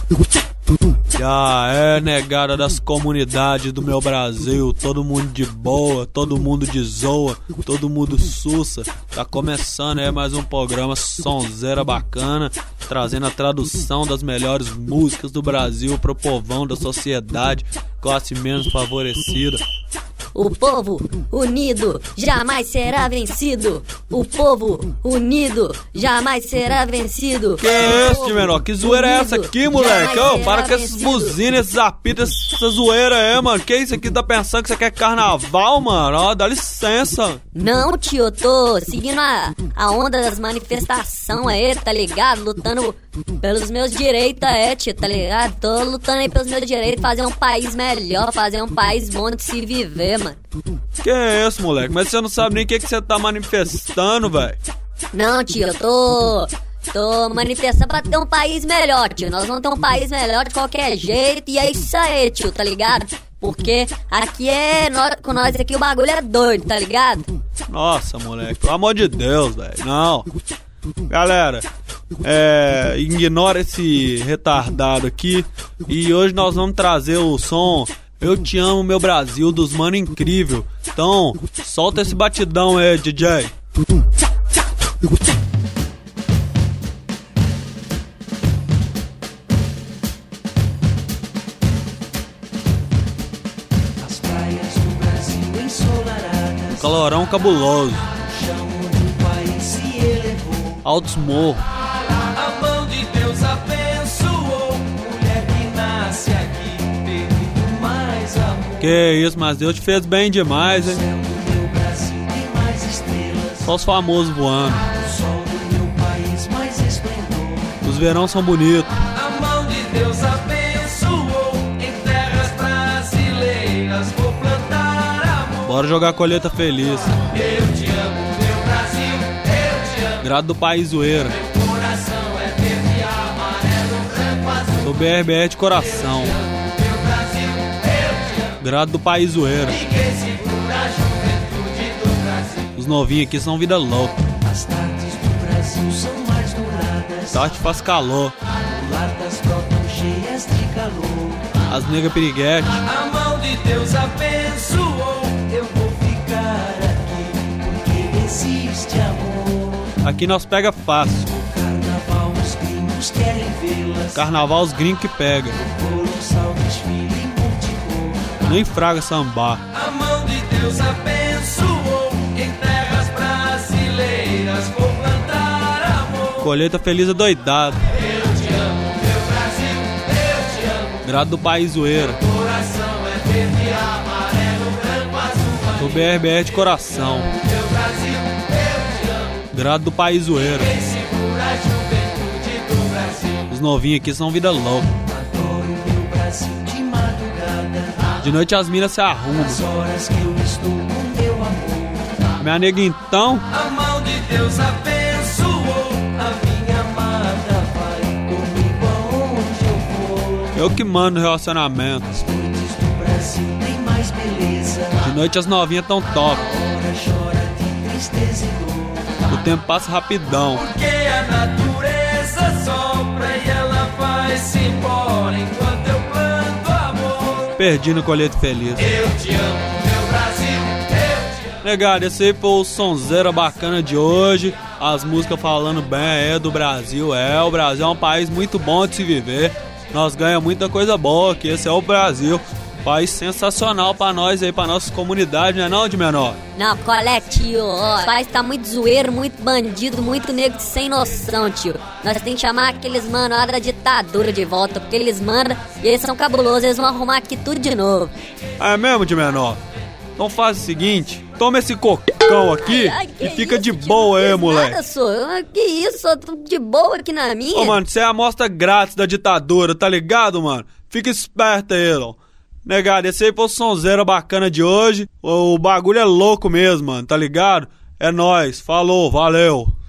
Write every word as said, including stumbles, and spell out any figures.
Já é, negada das comunidades do meu Brasil, todo mundo de boa, todo mundo de zoa, todo mundo sussa. Tá começando aí mais um programa sonzeira bacana, trazendo a tradução das melhores músicas do Brasil pro povão da sociedade, classe menos favorecida. O povo unido jamais será vencido. O povo unido jamais será vencido. Que é isso, de menor? Que zoeira é essa aqui, moleque? Ô, para com essas buzinas, esses apitos, essa zoeira aí, mano. Que isso aqui? Tá pensando que você quer carnaval, mano? Ó, dá licença. Não, tio, eu tô seguindo a, a onda das manifestações aí, tá ligado? Lutando pelos meus direitos, é, tio, tá ligado? Tô lutando aí pelos meus direitos, fazer um país melhor, fazer um país bom de se viver, mano. Que é isso, moleque? Mas você não sabe nem o que, que você tá manifestando, velho. Não, tio, eu tô... Tô manifestando pra ter um país melhor, tio. Nós vamos ter um país melhor de qualquer jeito. E é isso aí, tio, tá ligado? Porque aqui é... Nós, com nós aqui o bagulho é doido, tá ligado? Nossa, moleque, pelo amor de Deus, velho. Não. Galera, é... ignora esse retardado aqui. E hoje nós vamos trazer o som... Eu Te Amo, Meu Brasil, dos Mano Incrível. Então, solta esse batidão aí, D J. As praias do Brasil ensolaradas, Calorão cabuloso. o chão do país se elevou. Altos morros. A mão de Deus abençoou. Mulher que nasce aqui, teve mais amor. Que isso, mas Deus te fez bem demais, hein? O céu do meu Brasil tem mais estrelas. Só os famosos voando. O sol do meu país mais esplendor. Os verão são bonitos. A mão de Deus abençoou. Em terras brasileiras vou plantar amor. Bora jogar colheita feliz. Eu te amo, meu Brasil. Eu te amo. Grado do país zoeira. Meu coração é verde, amarelo, branco, azul. Sou B R B R de coração. Meu Brasil, eu te amo. Grado do país zoeira. Ninguém segura a juventude do Brasil. Os novinhos aqui são vida louca. As tardes do Brasil são mais douradas. Tarde faz calor. Mulatas brotam cheias de calor. As nega piriguete. A mão de Deus abençoou. Eu vou ficar aqui porque existe amor. Aqui nós pega fácil. Carnaval, os gringos querem vê-las. Carnaval os gringos que pega. Colossal desfile em multicor. Nem fraga sambar. A mão de Deus abençoou. Em terras brasileiras vou plantar amor. Colheita feliz adoidado. Eu te amo, meu Brasil. Eu te amo. Grado do país zoeira. Coração é verde, amarelo, branco, azul. Sou B R B R de coração. Meu Brasil, eu te amo. Grado do país zoeira. Quem segura a juventude do Brasil. Os novinhos aqui são vida louca. Adoro meu Brasil de madrugada. De noite as minas se arrumam. As horas que eu estou com meu amor. Minha nega então, A mão de Deus abençoou. A minha amada vai comigo aonde eu for. eu que mando no relacionamento. As noites do Brasil tem mais beleza. De noite as novinhas tão top. A hora chora de tristeza e dor. O tempo passa rapidão. Porque a natureza sopra e ela vai-se embora enquanto eu planto amor. Perdi no colheita feliz. Eu te amo, meu Brasil, eu te amo. Negado, esse aí foi o sonzeira bacana de hoje. As músicas falando bem é do Brasil. É, o Brasil é um país muito bom de se viver. Nós ganhamos muita coisa boa aqui. Esse é o Brasil. País sensacional pra nós aí, pra nossa comunidade, né não, de menor? Não, qual é, tio? Ó, o país tá muito zoeiro, muito bandido, muito negro sem noção, tio. Nós temos que chamar aqueles mano lá da ditadura de volta, porque eles mandam e eles são cabulosos, eles vão arrumar aqui tudo de novo. É mesmo, de menor? Então faz o seguinte, toma esse cocão aqui Ai, que e fica isso, de tio? boa aí, Não fez moleque. Nada, sou. Que isso, sou de boa aqui na minha. Ô, mano, isso é a amostra grátis da ditadura, tá ligado, mano? Fica esperto aí, não. Negado, esse aí foi o sonzeiro bacana de hoje. O bagulho é louco mesmo, mano, tá ligado? É nóis, falou, valeu.